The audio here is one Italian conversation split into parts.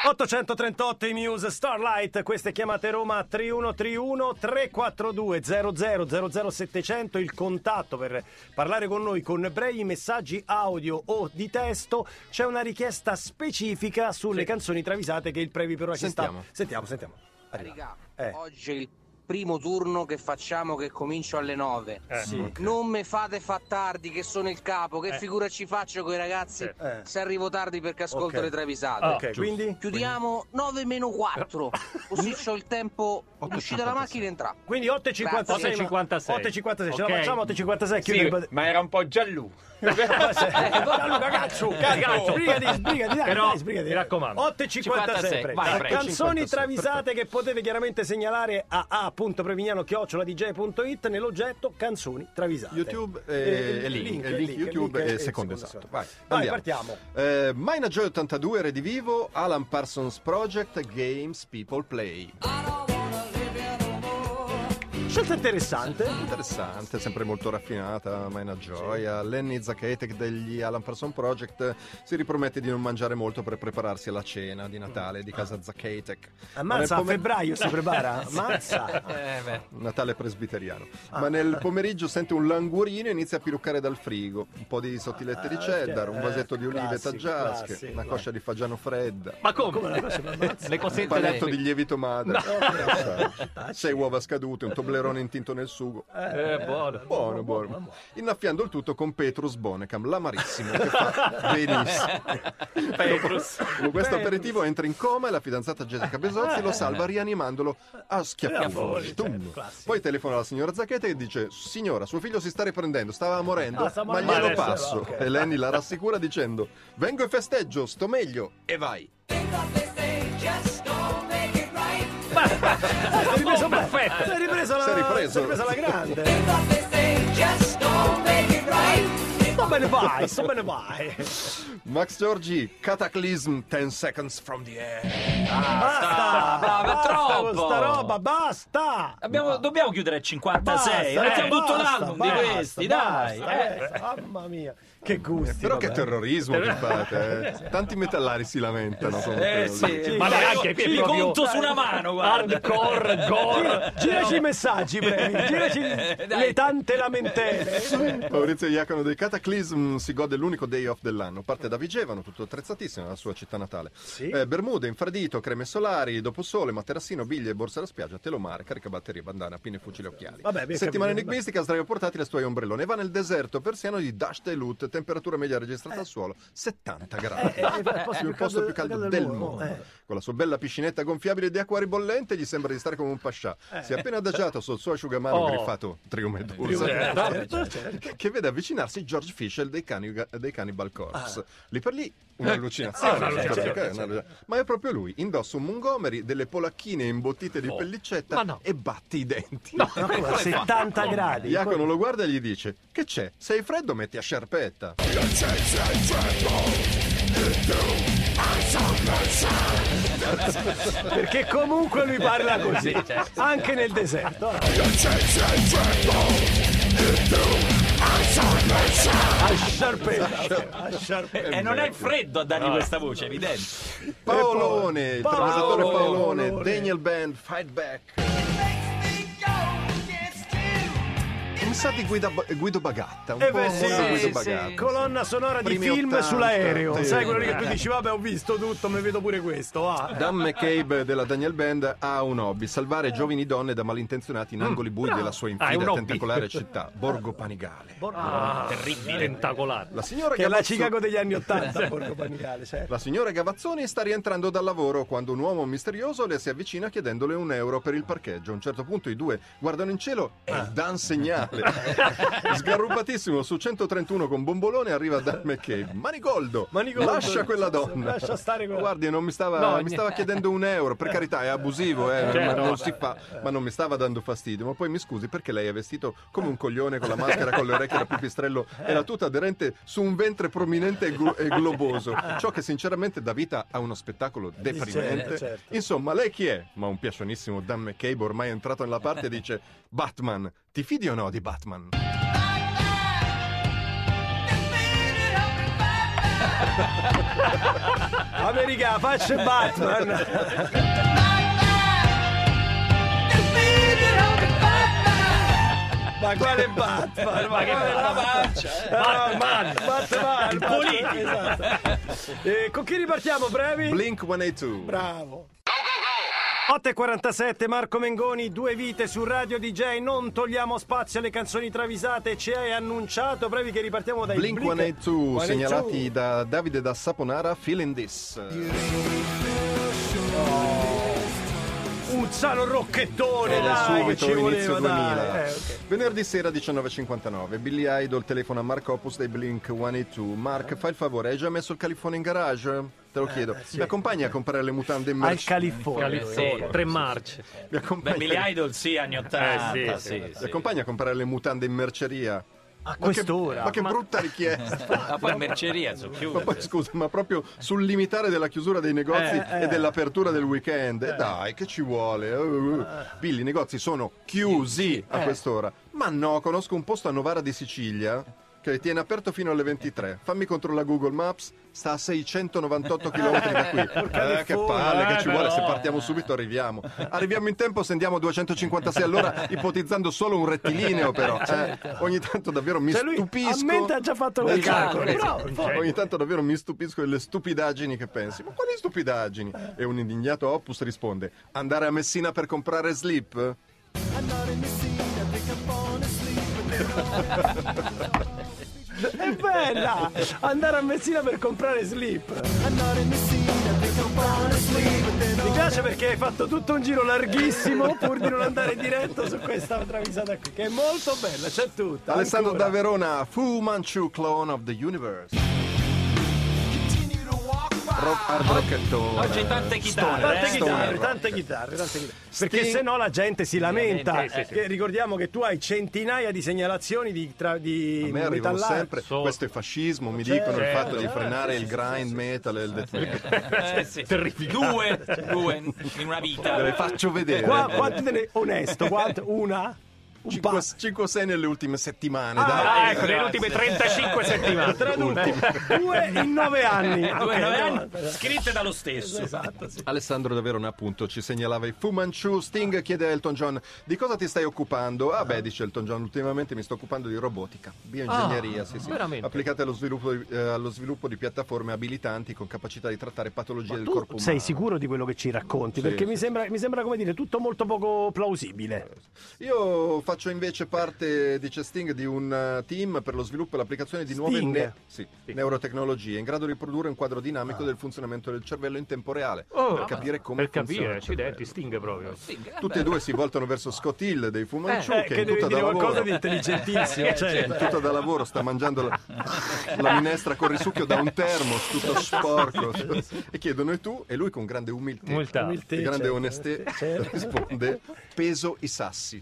838 i Muse Starlight, queste chiamate Roma 3131 342 00 700, il contatto per parlare con noi con brevi messaggi audio o di testo. C'è una richiesta specifica sulle canzoni travisate che il Previ però ci sta. Sentiamo. Raga, oggi è il primo turno che facciamo, che comincio alle 9. Sì. Non me fate fa tardi, che sono il capo. Che figura ci faccio con i ragazzi se arrivo tardi perché ascolto le travisate? Ok, quindi chiudiamo 9 meno 4, così c'ho il tempo di uscire dalla macchina e entrare. Quindi 8.56. 8.56, ce la facciamo 8.56. Sì, ma era un po' giallù. Gianluca Cazzo, sbrigati, Però sbrigati. mi raccomando, 8.56, vai, prego. canzoni 56, travisate che potete chiaramente segnalare a a.prevignano@dj.it nell'oggetto canzoni travisate. YouTube e link YouTube e secondo esatto. Vai, partiamo. Mina Joy 82, Redivivo, Alan Parsons Project, Games People Play. Scelta interessante, sempre molto raffinata. Mina Joy. Lenny Zakatek degli Alan Parsons Project si ripromette di non mangiare molto per prepararsi alla cena di Natale di casa Zakatek. Ammazza, a febbraio si prepara? Ammazza. Natale presbiteriano. Ma nel pomeriggio sente un languorino e inizia a piluccare dal frigo. Un po' di sottilette di cheddar, un vasetto di olive taggiasche, una coscia di fagiano fredda. Ma come? Un Le cosette panetto di lievito madre. 6 uova scadute, un toblerone intinto nel sugo. Buono. Innaffiando il tutto con Petrus Bonekam, l'amarissimo, che fa benissimo. Con questo aperitivo entra in coma e la fidanzata Jessica Besozzi lo salva rianimandolo a schiaffoni. Poi telefona alla signora Zacchetta e dice: signora, suo figlio si sta riprendendo, stava morendo, ma glielo passo. Okay. E Lenny la rassicura dicendo: vengo e festeggio, sto meglio, e vai. Sei ripreso perfetto. Sei ripreso alla grande. Sto bene vai. Max Giorgi, Cataclysm, 10 Seconds from the Air. Basta, bravo, è troppo. Questa roba, basta. Dobbiamo chiudere il 56. Mettiamo tutto l'album di questi, dai. Mamma mia, che gusti. Però che terrorismo che fate, Tanti metallari si lamentano. Ma neanche li conto su una mano, guarda. Hardcore, gore. Giraci i messaggi, Previ. Giraci le tante lamentele. Maurizio Iacono dei Cataclysm si gode l'unico day off dell'anno. Parte da Vigevano, tutto attrezzatissimo nella sua città natale. Bermude, infradito, creme solari, dopo sole, materassino, biglie, borsa da spiaggia, telomare, caricabatterie, bandana, pinne, fucile, occhiali. Settimana enigmistica, sdraio portatile, stuoi ombrellone. Va nel deserto persiano di Dash Delut, temperatura media registrata al suolo 70 gradi. Il posto più caldo del mondo. Con la sua bella piscinetta gonfiabile di acqua ribollente gli sembra di stare come un pascià. Si è appena adagiato sul suo asciugamano griffato Trio Medusa, che vede avvicinarsi George Fischel dei Cannibal Corpse. Lì per lì un'allucinazione, ma è proprio lui. Indossa un Montgomery, delle polacchine imbottite di pellicetta e batti i denti. 70 gradi. Iacono lo guarda e gli dice: che c'è? Sei freddo? Metti a sciarpetta. Perché comunque lui parla così, anche nel deserto. A sciarpetta. E non è il freddo a dargli questa voce, è evidente. Paolone, il travisatore Paolone, Daniel Band, Fight Back. Mi sa di Guido Bagatta, un po' Guido Bagatta. Colonna sonora di Primi film 80, sull'aereo. Sai quello lì che tu dici, vabbè, ho visto tutto, mi vedo pure questo. Dan McCabe della Daniel Band ha un hobby: salvare giovani donne da malintenzionati in angoli bui della sua infida tentacolare città, Borgo Panigale. Terribile, tentacolare. La signora che è la Chicago degli anni '80, Borgo Panigale, certo. La signora Gavazzoni sta rientrando dal lavoro quando un uomo misterioso le si avvicina chiedendole €1 per il parcheggio. A un certo punto i due guardano in cielo e dan segnale. Sgarrupatissimo su 131 con bombolone arriva Dan McCabe. Manigoldo, lascia quella donna. Lascia stare quella. Guardi, non mi stava chiedendo €1, per carità, è abusivo, non si fa, ma non mi stava dando fastidio. Ma poi mi scusi, perché lei è vestito come un coglione con la maschera, con le orecchie da pipistrello e la tuta aderente su un ventre prominente e globoso, ciò che sinceramente dà vita a uno spettacolo deprimente. Certo. Insomma, lei chi è? Ma un piacionissimo Dan McCabe, ormai entrato nella parte, dice: Batman, ti fidi o no di Batman? America, faccia Batman. Ma quale Batman? Ma che bella pancia, Batman, il politico. Esatto. Con chi ripartiamo, brevi? Blink 182. Bravo. 8:47, Marco Mengoni, 2 vite su Radio DJ. Non togliamo spazio alle canzoni travisate. Ci hai annunciato, brevi, che ripartiamo dai Blink 182, segnalati da Davide da Saponara, Feeling This. Un sano rocchettone, dai, che subito, ci voleva, inizio 2000. Okay. Venerdì sera 19:59, Billy Idol telefona Mark Hoppus dei Blink 182. Mark, fai il favore, hai già messo il califone in garage? Te lo chiedo. Sì. Mi accompagni a comprare le mutande in Al merce? California. Sì. 3 marce. Mi accompagni... Billy Idol sì, anni 80. sì. Mi accompagni a comprare le mutande in merceria? A quest'ora. Ma che brutta richiesta. Ma poi merceria su Ma chiude. poi scusa, ma proprio sul limitare della chiusura dei negozi e dell'apertura del weekend. Dai, che ci vuole? Billy, i negozi sono chiusi a quest'ora. Ma no, conosco un posto a Novara di Sicilia che tiene aperto fino alle 23. Fammi controllare Google Maps, sta a 698 km da qui. Che palle, che ci vuole, se partiamo subito arriviamo. Arriviamo in tempo se andiamo a 256 all'ora, ipotizzando solo un rettilineo però. Ogni tanto davvero mi stupisco. A mente ha già fatto quel calcolo. Ogni tanto davvero mi stupisco delle stupidaggini che pensi. Ma quali stupidaggini? E un indignato Opus risponde: andare a Messina per comprare slip? È bella! Andare a Messina per comprare slip. Mi piace perché hai fatto tutto un giro larghissimo pur di non andare diretto su questa travisata qui, che è molto bella, c'è tutta. Alessandro ancora. da Verona, Fu Manchu, Clone of the Universe. Hard rockettone. Oggi tante chitarre. Tante chitarre. Perché se no la gente si lamenta. Sì. Che ricordiamo che tu hai centinaia di segnalazioni di A me arrivano metallari. sempre questo è fascismo, mi dicono il fatto di frenare il grind metal e il death metal. Sì. Due in una vita. Ve le faccio vedere. Quanti te ne onesto? Una? 5 o 6 nelle ultime settimane. Ah, ecco, nelle ultime 35 settimane. Due in 9 anni. 2 Ok, 9 anni no. scritte dallo stesso. Esatto, sì. Alessandro da Verona appunto ci segnalava i Fu Manchu. Sting chiede a Elton John: di cosa ti stai occupando? Ah beh, dice Elton John, ultimamente mi sto occupando di robotica, bioingegneria, sì, veramente? applicate allo sviluppo di piattaforme abilitanti con capacità di trattare patologie del Tu corpo umano. sei sicuro di quello che ci racconti? Sì, Perché sì. mi sembra come dire tutto molto poco plausibile. Io faccio invece parte, dice Sting, di un team per lo sviluppo e l'applicazione di nuove Sting? neurotecnologie in grado di produrre un quadro dinamico del funzionamento del cervello in tempo reale per capire come Per funziona capire, il cervello. accidenti, Sting proprio. Tutti e due si voltano verso Scott Hill dei Fu Manchu Che che in devi tutta dire da qualcosa lavoro di intelligentissimo. Cioè. in tutta da lavoro sta mangiando la minestra con risucchio da un termos tutto sporco e chiedono e tu? E lui con grande umiltà e grande onestà risponde: peso i sassi.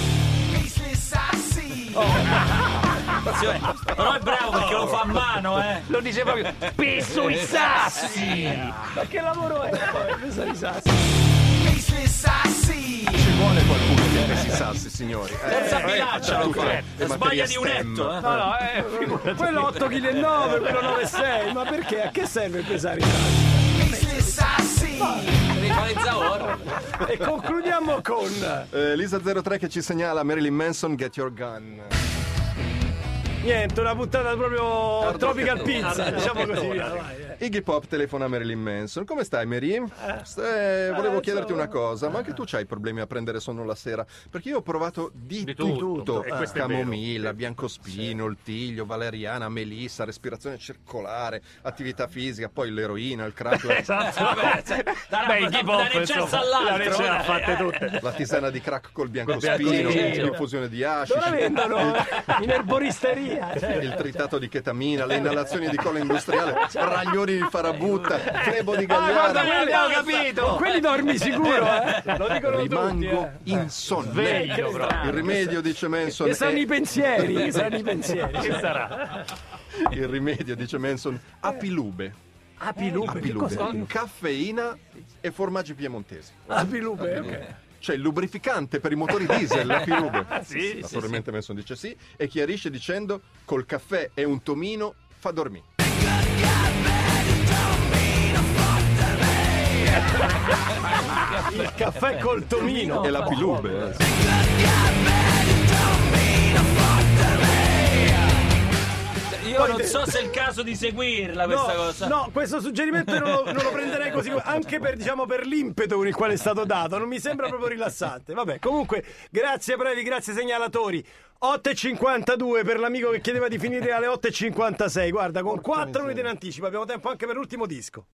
Però è bravo perché lo fa a mano, Lo dice proprio, peso i sassi! Ma che lavoro è? Pensa ai sassi. Ci vuole qualcuno che pesi i sassi, signori. senza bilancia lo fa. le Sbaglia materie di un STEM. etto. No, figurati. Quello 8,9 kg, quello 9,6. Ma perché? A che serve pesare i sassi? Devi fare zaor. E concludiamo con Lisa03 che ci segnala Marilyn Manson, Get Your Gun. niente, una puntata proprio Hard tropical rockettone. pizza, diciamo così. Vai. Iggy Pop telefona a Marilyn Manson. Come stai, Mary? Volevo chiederti una cosa, ma anche tu c'hai problemi a prendere sonno la sera? Perché io ho provato di tutto. E questo è Camomilla, biancospino, il tiglio, valeriana, melissa, respirazione circolare, attività fisica, poi l'eroina, il crack, Beh, il hip hop, eccelsa la all'altro. ce l'ha fatte tutte. la tisana di crack col biancospino, biancospino. l'infusione di Dove la hashish, vendono? In erboristeria. il tritato di chetamina, le inalazioni di colla industriale, raglioni di farabutta, flebo di guarda, gagliana. quelli ho capito. Con quelli dormi sicuro, Lo dicono Rimango tutti. insonne. Sveglio proprio. Il rimedio, dice Manson, Che saranno è i pensieri, che saranno i pensieri. Che sarà? il rimedio, dice Manson, apilube. Apilube, che cosa? Apilube, caffeina e formaggi piemontesi. Apilube, ok. C'è il lubrificante per i motori diesel, l'apilube. Sì, Naturalmente Manson dice sì e chiarisce dicendo: col caffè e un tomino fa dormire. Il caffè col tomino. E la pilube. Io non so se è il caso di seguirla questa cosa. No, questo suggerimento io non lo prenderei così, anche per, diciamo, per l'impeto con il quale è stato dato. Non mi sembra proprio rilassante. Vabbè, comunque, grazie Previ, grazie segnalatori. 8.52 per l'amico che chiedeva di finire alle 8.56. Guarda, con 4 minuti in anticipo abbiamo tempo anche per l'ultimo disco.